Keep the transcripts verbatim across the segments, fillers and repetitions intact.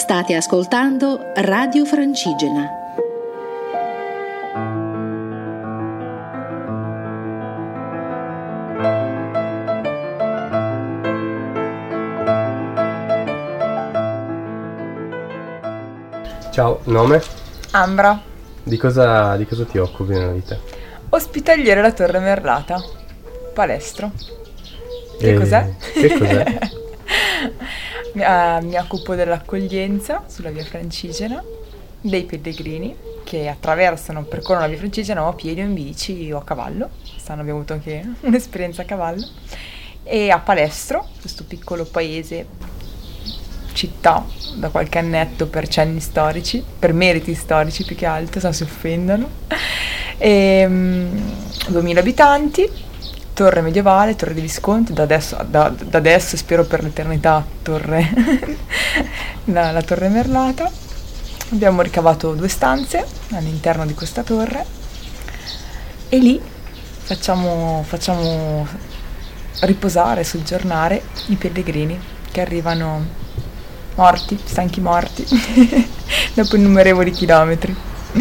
State ascoltando Radio Francigena. Ciao, nome? Ambra. Di cosa, di cosa ti occupi nella vita? Ospitaliere alla Torre Merlata. Palestro. Che E- cos'è? Che cos'è? mi, eh, mi occupo dell'accoglienza sulla via Francigena, dei pellegrini che attraversano, percorrono la via Francigena o a piedi o in bici o a cavallo. Quest'anno abbiamo avuto anche un'esperienza a cavallo. E a Palestro, questo piccolo paese, città, da qualche annetto per cenni storici, per meriti storici più che altro, se no si offendono. E, um, duemila abitanti, torre medievale, torre di Visconti, da adesso, da, da adesso spero per l'eternità, torre la, la Torre Merlata. Abbiamo ricavato due stanze all'interno di questa torre e lì facciamo, facciamo riposare, soggiornare i pellegrini che arrivano morti, stanchi morti, dopo innumerevoli chilometri.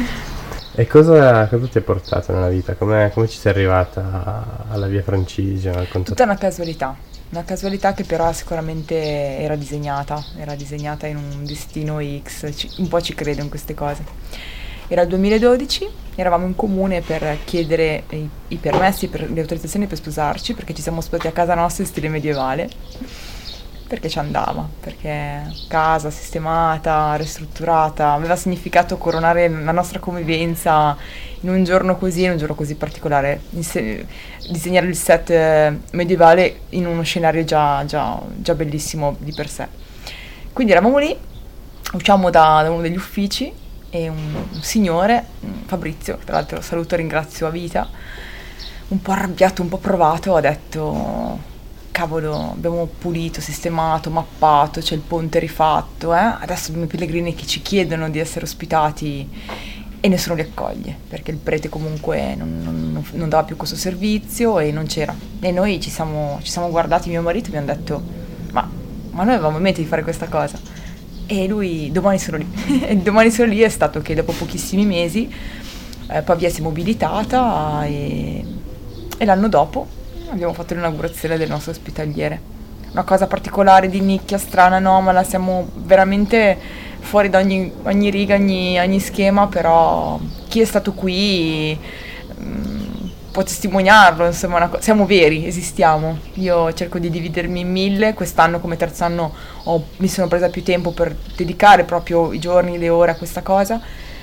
E cosa, cosa ti ha portato nella vita? Come, come ci sei arrivata alla via Francigena? Al contatto? Tutta una casualità, una casualità che però sicuramente era disegnata, era disegnata in un destino X, ci, un po' ci credo in queste cose. Era il duemiladodici, eravamo in comune per chiedere i, i permessi, per le autorizzazioni per sposarci, perché ci siamo sposati a casa nostra in stile medievale, perché ci andava, perché casa sistemata, ristrutturata, aveva significato coronare la nostra convivenza in un giorno così, in un giorno così particolare, inse- disegnare il set eh, medievale in uno scenario già, già, già bellissimo di per sé. Quindi eravamo lì, usciamo da, da uno degli uffici e un, un signore, Fabrizio, tra l'altro saluto e ringrazio a vita, un po' arrabbiato, un po' provato, ha detto: cavolo, abbiamo pulito, sistemato, mappato, c'è il ponte rifatto, eh? Adesso abbiamo i pellegrini che ci chiedono di essere ospitati e nessuno li accoglie, perché il prete comunque non, non, non dava più questo servizio e non c'era. E noi ci siamo, ci siamo guardati, mio marito, e abbiamo detto: ma, ma noi avevamo in mente di fare questa cosa. E lui, domani sono lì. E domani sono lì è stato che dopo pochissimi mesi eh, Pavia si è mobilitata e, e l'anno dopo abbiamo fatto l'inaugurazione del nostro ospitaliere. Una cosa particolare, di nicchia, strana, anomala, siamo veramente fuori da ogni, ogni riga, ogni, ogni schema, però chi è stato qui mh, può testimoniarlo, insomma, una co- siamo veri, esistiamo. Io cerco di dividermi in mille, quest'anno come terzo anno ho, mi sono presa più tempo per dedicare proprio i giorni, le ore a questa cosa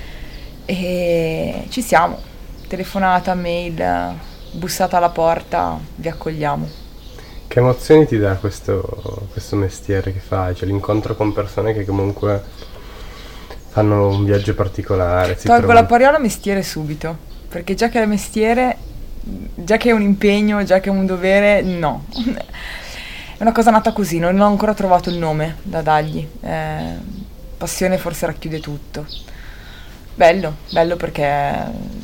e ci siamo, telefonata, mail, bussata alla porta, vi accogliamo. Che emozioni ti dà questo, questo mestiere che fai? Cioè l'incontro con persone che comunque fanno un viaggio particolare. Si Tolgo trovano- la parola mestiere subito, perché già che è mestiere, già che è un impegno, già che è un dovere, no. È una cosa nata così, non ho ancora trovato il nome da dargli. Eh, passione forse racchiude tutto. Bello, bello perché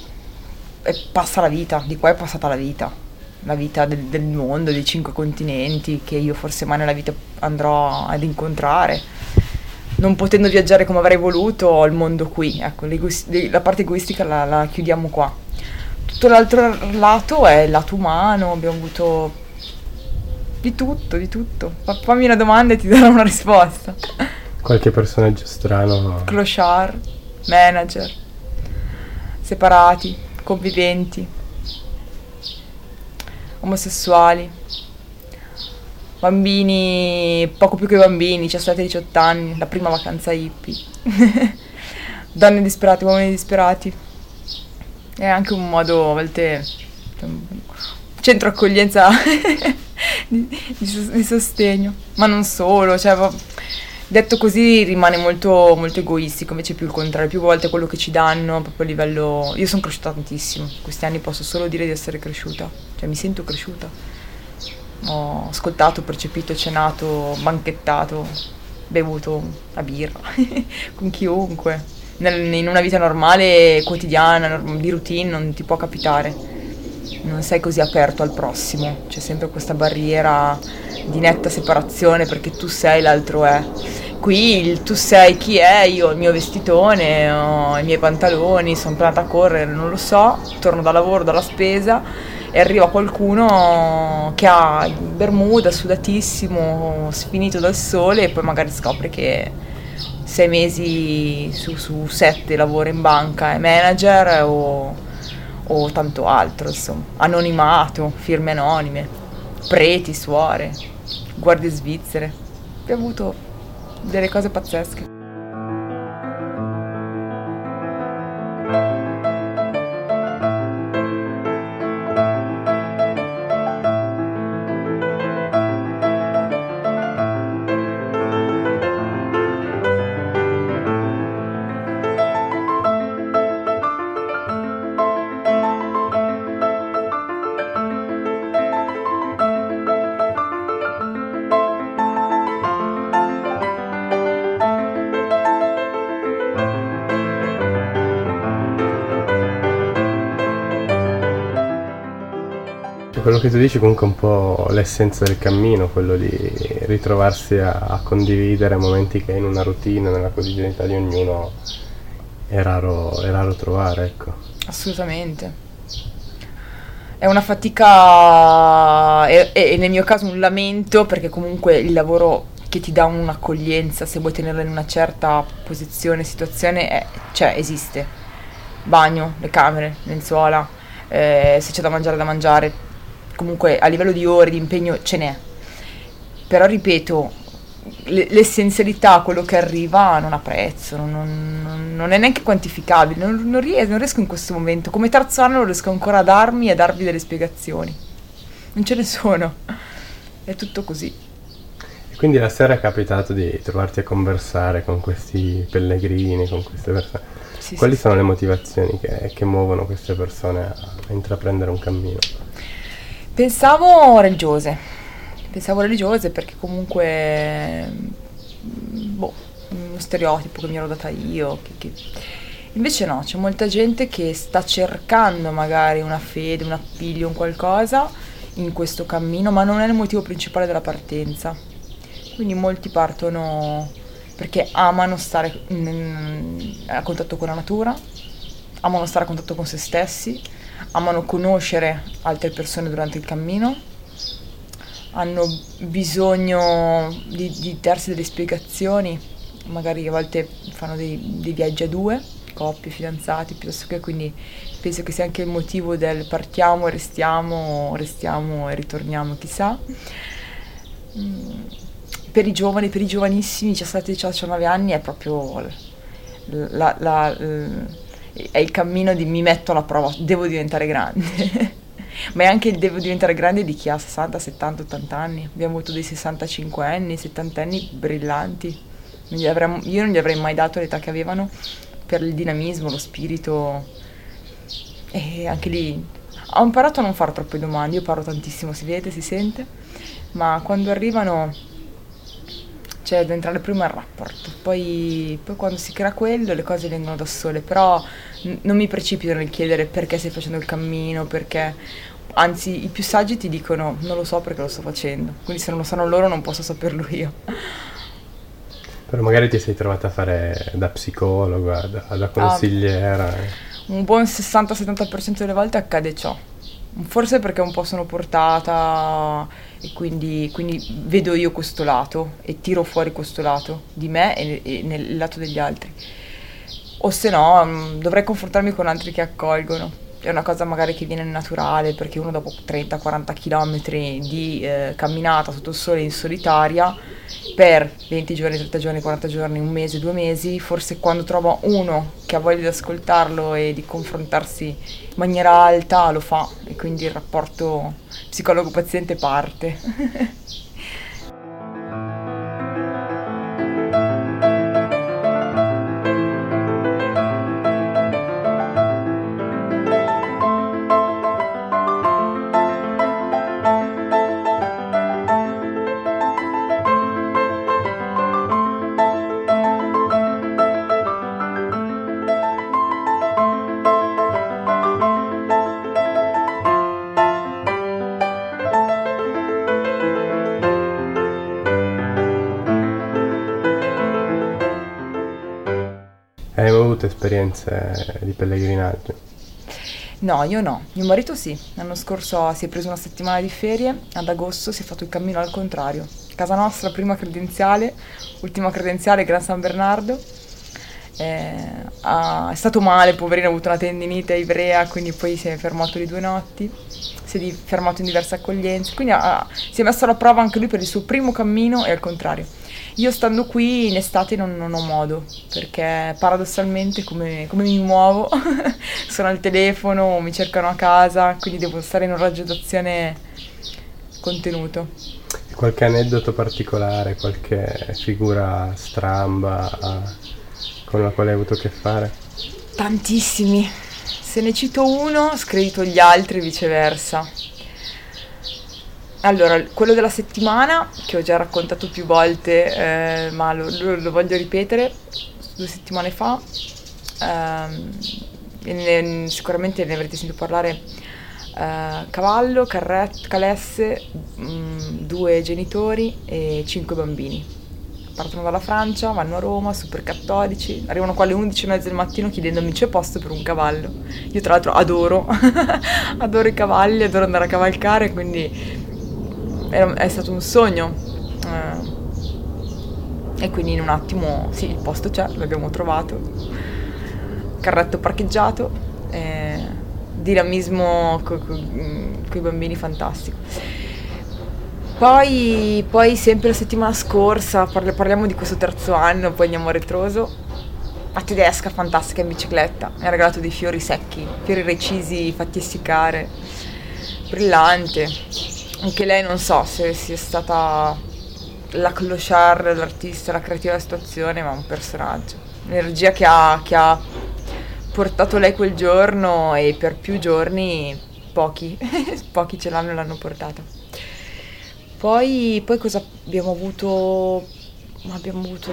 e passa la vita, di qua è passata la vita, la vita del, del mondo, dei cinque continenti che io forse mai nella vita andrò ad incontrare. Non potendo viaggiare come avrei voluto, ho il mondo qui, ecco, l'egois- la parte egoistica la, la chiudiamo qua. Tutto l'altro lato è il lato umano, abbiamo avuto di tutto, di tutto. Fa- fammi una domanda e ti darò una risposta. Qualche personaggio strano? Clochard, manager, separati, conviventi, omosessuali, bambini, poco più che bambini, diciassette diciotto anni, la prima vacanza hippie, donne disperate, uomini disperati. È anche un modo, a volte, centro accoglienza di, di, sos- di sostegno, ma non solo, cioè, va- detto così rimane molto, molto egoistico, invece più il contrario, più volte quello che ci danno, proprio a livello... Io sono cresciuta tantissimo, questi anni posso solo dire di essere cresciuta, cioè mi sento cresciuta. Ho ascoltato, percepito, cenato, banchettato, bevuto la birra con chiunque. Nel- in una vita normale, quotidiana, norm- di routine non ti può capitare. Non sei così aperto al prossimo, c'è sempre questa barriera di netta separazione perché tu sei, l'altro è. Qui il tu sei chi è, io ho il mio vestitone, ho i miei pantaloni, sono tornata a correre, non lo so, torno da lavoro, dalla spesa e arriva qualcuno che ha il bermuda sudatissimo, sfinito dal sole e poi magari scopre che sei mesi su, su sette lavora in banca, è manager o, o tanto altro, insomma, anonimato, firme anonime, preti, suore, guardie svizzere. Abbiamo avuto delle cose pazzesche. Quello che tu dici comunque è un po' l'essenza del cammino, quello di ritrovarsi a, a condividere momenti che in una routine, nella quotidianità di ognuno è raro, è raro trovare, ecco. Assolutamente. È una fatica e, e nel mio caso un lamento, perché comunque il lavoro che ti dà un'accoglienza, se vuoi tenerla in una certa posizione, situazione, è, cioè esiste. Bagno, le camere, lenzuola, eh, se c'è da mangiare da mangiare. Comunque a livello di ore, di impegno ce n'è, però ripeto, l- l'essenzialità, quello che arriva non ha prezzo, non, non, non è neanche quantificabile, non, non, riesco, non riesco in questo momento, come terzo anno non riesco ancora a darmi e a darvi delle spiegazioni, non ce ne sono, è tutto così. E quindi la sera è capitato di trovarti a conversare con questi pellegrini, con queste persone. Sì, Quali sì, sono sì. le motivazioni che, che muovono queste persone a, a intraprendere un cammino? Pensavo religiose, pensavo religiose perché comunque, boh, uno stereotipo che mi ero data io, che, che... invece no, c'è molta gente che sta cercando magari una fede, un appiglio, un qualcosa in questo cammino, ma non è il motivo principale della partenza. Quindi molti partono perché amano stare in- a contatto con la natura, amano stare a contatto con se stessi, amano conoscere altre persone durante il cammino, hanno bisogno di, di darsi delle spiegazioni, magari a volte fanno dei, dei viaggi a due, coppie, fidanzati, piuttosto che, quindi penso che sia anche il motivo del partiamo e restiamo, restiamo e ritorniamo, chissà. Mm, Per i giovani, per i giovanissimi, diciassette diciannove anni è proprio la, la, la- è il cammino di mi metto alla prova, devo diventare grande. Ma è anche il devo diventare grande di chi ha sessanta, settanta, ottanta anni. Abbiamo avuto dei sessantacinque anni, settanta anni brillanti. Non gli avremmo- io non gli avrei mai dato l'età che avevano per il dinamismo, lo spirito. E anche lì ho imparato a non fare troppe domande. Io parlo tantissimo, si vede, si sente. Ma quando arrivano c'è da entrare prima il rapport, poi, poi quando si crea quello le cose vengono da sole, però n- non mi precipito nel chiedere perché stai facendo il cammino, perché, anzi i più saggi ti dicono non lo so perché lo sto facendo, quindi se non lo sanno loro non posso saperlo io. Però magari ti sei trovata a fare da psicologa, da, da consigliera. eh. Un buon sessanta settanta per cento delle volte accade ciò. Forse perché un po' sono portata e quindi, quindi vedo io questo lato e tiro fuori questo lato di me e, e nel lato degli altri. O se no, mh, dovrei confrontarmi con altri che accolgono. È una cosa magari che viene naturale perché uno dopo trenta quaranta chilometri di eh, camminata sotto il sole in solitaria per venti giorni, trenta giorni, quaranta giorni, un mese, due mesi, forse quando trova uno che ha voglia di ascoltarlo e di confrontarsi in maniera alta lo fa e quindi il rapporto psicologo-paziente parte. Hai mai avuto esperienze di pellegrinaggio? No, io no. Mio marito sì. L'anno scorso si è preso una settimana di ferie, ad agosto si è fatto il cammino al contrario. Casa nostra, prima credenziale, ultima credenziale, Gran San Bernardo. Eh, ha- è stato male, poverino, ha avuto una tendinite a ivrea, quindi poi si è fermato di due notti, si è di- fermato in diverse accoglienze, quindi ha- si è messo alla prova anche lui per il suo primo cammino e al contrario. Io stando qui in estate non, non ho modo, perché paradossalmente come, come mi muovo, sono al telefono, mi cercano a casa, quindi devo stare in un raggio d'azione contenuto. Qualche aneddoto particolare, qualche figura stramba ah, con la quale hai avuto a che fare? Tantissimi. Se ne cito uno, scredito gli altri e viceversa. Allora, quello della settimana, che ho già raccontato più volte, eh, ma lo, lo- lo voglio ripetere, due settimane fa, ehm, e ne- sicuramente ne avrete sentito parlare, eh, cavallo, carret- calesse, mm, due genitori e cinque bambini. Partono dalla Francia, vanno a Roma, super cattolici, arrivano qua alle undici e mezza del mattino chiedendomi c'è posto per un cavallo. Io tra l'altro adoro, adoro i cavalli, adoro andare a cavalcare, quindi era- è stato un sogno. Eh, e quindi in un attimo, sì, il posto c'è, l'abbiamo trovato. Carretto parcheggiato, eh, dinamismo con i bambini fantastico. Poi, poi sempre la settimana scorsa, parli- parliamo di questo terzo anno, poi andiamo a ritroso. La tedesca fantastica in bicicletta, mi ha regalato dei fiori secchi, fiori recisi fatti essiccare, brillante. Anche lei non so se sia stata la clochard, l'artista, la creativa della situazione, ma un personaggio. L'energia che ha, che ha portato lei quel giorno e per più giorni pochi, pochi ce l'hanno e l'hanno portata. Poi, poi cosa abbiamo avuto? Abbiamo avuto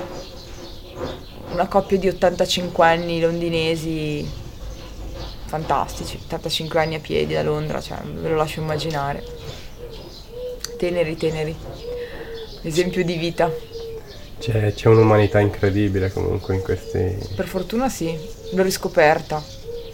una coppia di ottantacinque anni londinesi fantastici, ottantacinque anni a piedi da Londra, cioè ve lo lascio immaginare. Teneri, teneri, esempio di vita. C'è, c'è un'umanità incredibile comunque in questi... Per fortuna sì, l'ho riscoperta.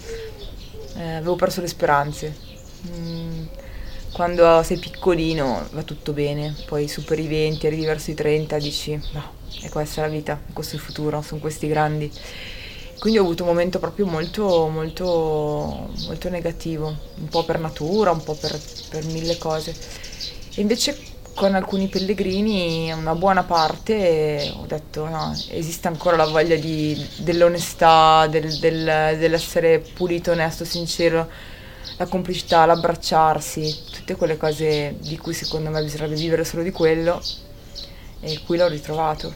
Eh, avevo perso le speranze. Mm, quando sei piccolino va tutto bene, poi superi i venti, arrivi verso i trenta, dici, no, è questa la vita, è questo il futuro, sono questi grandi. Quindi ho avuto un momento proprio molto, molto, molto negativo, un po' per natura, un po' per, per mille cose. E invece con alcuni pellegrini, una buona parte, ho detto no, esiste ancora la voglia di, dell'onestà, del, del- dell'essere pulito, onesto, sincero, la complicità, l'abbracciarsi, tutte quelle cose di cui secondo me bisognerebbe vivere solo di quello, e qui l'ho ritrovato.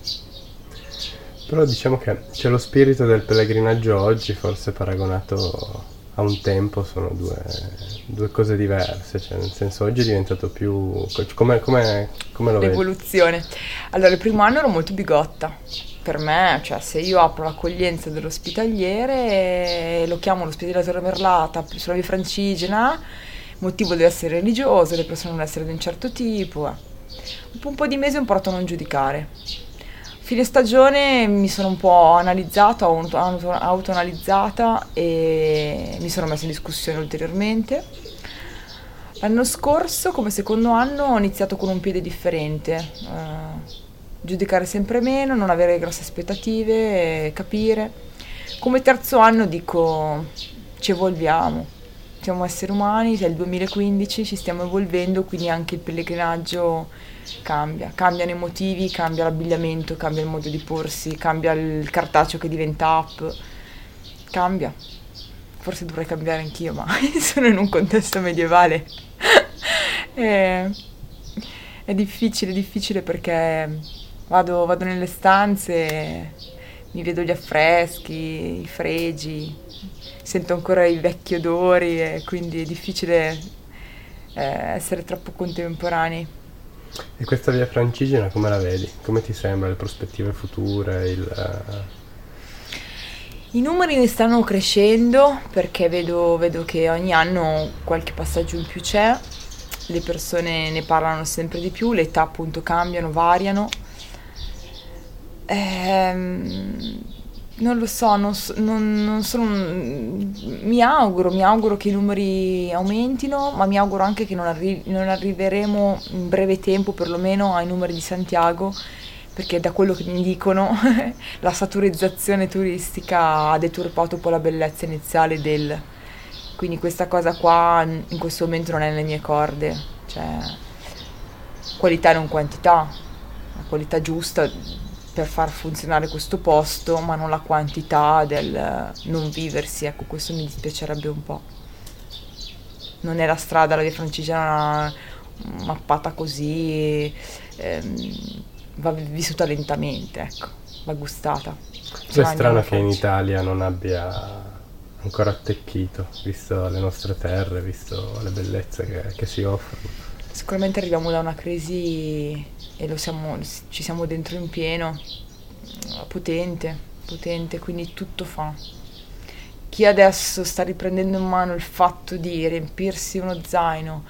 Però diciamo che c'è lo spirito del pellegrinaggio oggi, forse paragonato a un tempo, sono due, due cose diverse, cioè nel senso oggi è diventato più... come, come, come lo vedi? L'evoluzione. Allora, il primo anno ero molto bigotta. Per me, cioè, se io apro l'accoglienza dell'ospitaliere, lo chiamo l'ospedale della Torre Merlata sulla via Francigena, il motivo deve essere religioso, le persone devono essere di un certo tipo. eh. Dopo un po' di mesi ho imparato a non giudicare. Fine stagione mi sono un po' analizzato, auto- auto- autoanalizzata e mi sono messa in discussione ulteriormente. L'anno scorso, come secondo anno, ho iniziato con un piede differente. eh, giudicare sempre meno, non avere grosse aspettative, eh, capire. Come terzo anno dico, ci evolviamo. Siamo esseri umani, è il duemilaquindici, ci stiamo evolvendo, quindi anche il pellegrinaggio cambia. Cambiano i motivi, cambia l'abbigliamento, cambia il modo di porsi, cambia il cartaceo che diventa app. Cambia. Forse dovrei cambiare anch'io, ma sono in un contesto medievale. è, è difficile, difficile perché vado, vado nelle stanze, mi vedo gli affreschi, i fregi, sento ancora i vecchi odori e quindi è difficile eh, essere troppo contemporanei. E questa via Francigena come la vedi? Come ti sembra le prospettive future? Il, eh, I numeri ne stanno crescendo perché vedo, vedo che ogni anno qualche passaggio in più c'è, le persone ne parlano sempre di più, le età appunto cambiano, variano. Ehm, Non lo so, non, so- non- non sono... un- Mi auguro, mi auguro che i numeri aumentino, ma mi auguro anche che non, arri- non arriveremo in breve tempo perlomeno ai numeri di Santiago, perché da quello che mi dicono la saturizzazione turistica ha deturpato un po' la bellezza iniziale del... Quindi questa cosa qua in questo momento non è nelle mie corde, cioè qualità e non quantità, la qualità giusta per far funzionare questo posto, ma non la quantità del non viversi, ecco, questo mi dispiacerebbe un po'. Non è la strada, la via Francigena mappata così, ehm, va vissuta lentamente, ecco, va gustata. È strano che in Italia non abbia ancora attecchito, visto le nostre terre, visto le bellezze che, che si offrono. Sicuramente arriviamo da una crisi e lo siamo, ci siamo dentro in pieno, potente, potente, quindi tutto fa. Chi adesso sta riprendendo in mano il fatto di riempirsi uno zaino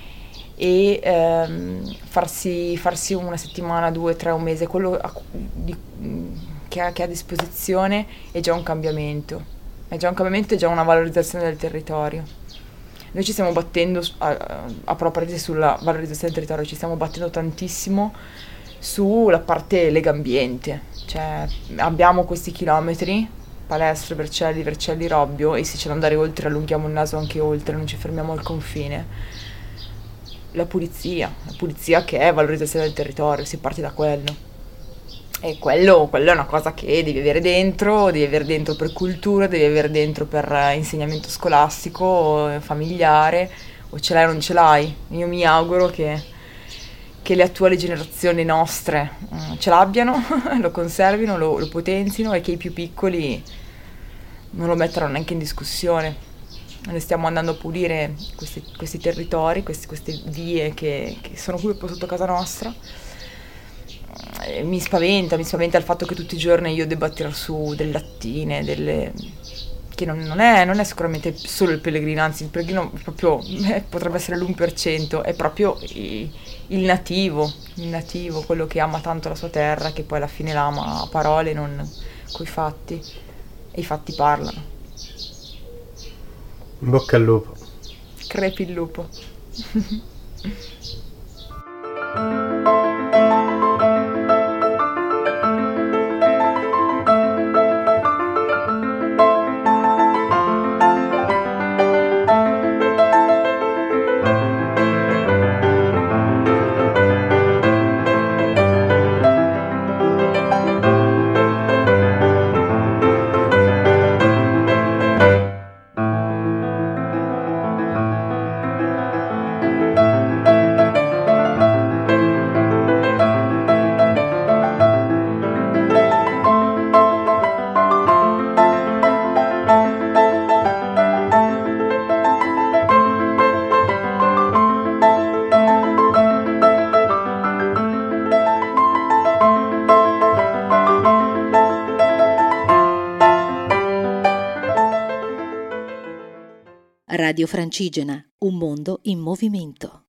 e ehm, farsi, farsi una settimana, due, tre, un mese, quello a, di, che, ha, che ha a disposizione è già un cambiamento, è già un cambiamento, è già una valorizzazione del territorio. Noi ci stiamo battendo, a, a proposito sulla valorizzazione del territorio, ci stiamo battendo tantissimo sulla parte lega ambiente, cioè abbiamo questi chilometri, Palestre, Vercelli, Vercelli, Robbio, e se c'è da andare oltre allunghiamo il naso anche oltre, non ci fermiamo al confine. La pulizia, la pulizia che è valorizzazione del territorio, si parte da quello. E quello, quello è una cosa che devi avere dentro, devi avere dentro per cultura, devi avere dentro per eh, insegnamento scolastico, eh, familiare, o ce l'hai o non ce l'hai. Io mi auguro che, che le attuali generazioni nostre eh, ce l'abbiano, lo conservino, lo, lo potenzino, e che i più piccoli non lo mettano neanche in discussione. Noi stiamo andando a pulire questi, questi territori, questi- queste vie che, che sono qui sotto casa nostra. Eh, Mi spaventa, mi spaventa il fatto che tutti i giorni io debba tirar su delle lattine, delle... che non, non è, non è sicuramente solo il pellegrino, anzi il pellegrino proprio eh, potrebbe essere l'uno per cento, è proprio i- il nativo, il nativo, quello che ama tanto la sua terra, che poi alla fine la ama a parole, non coi fatti, e i fatti parlano. In bocca al lupo. Crepi il lupo. Radio Francigena, un mondo in movimento.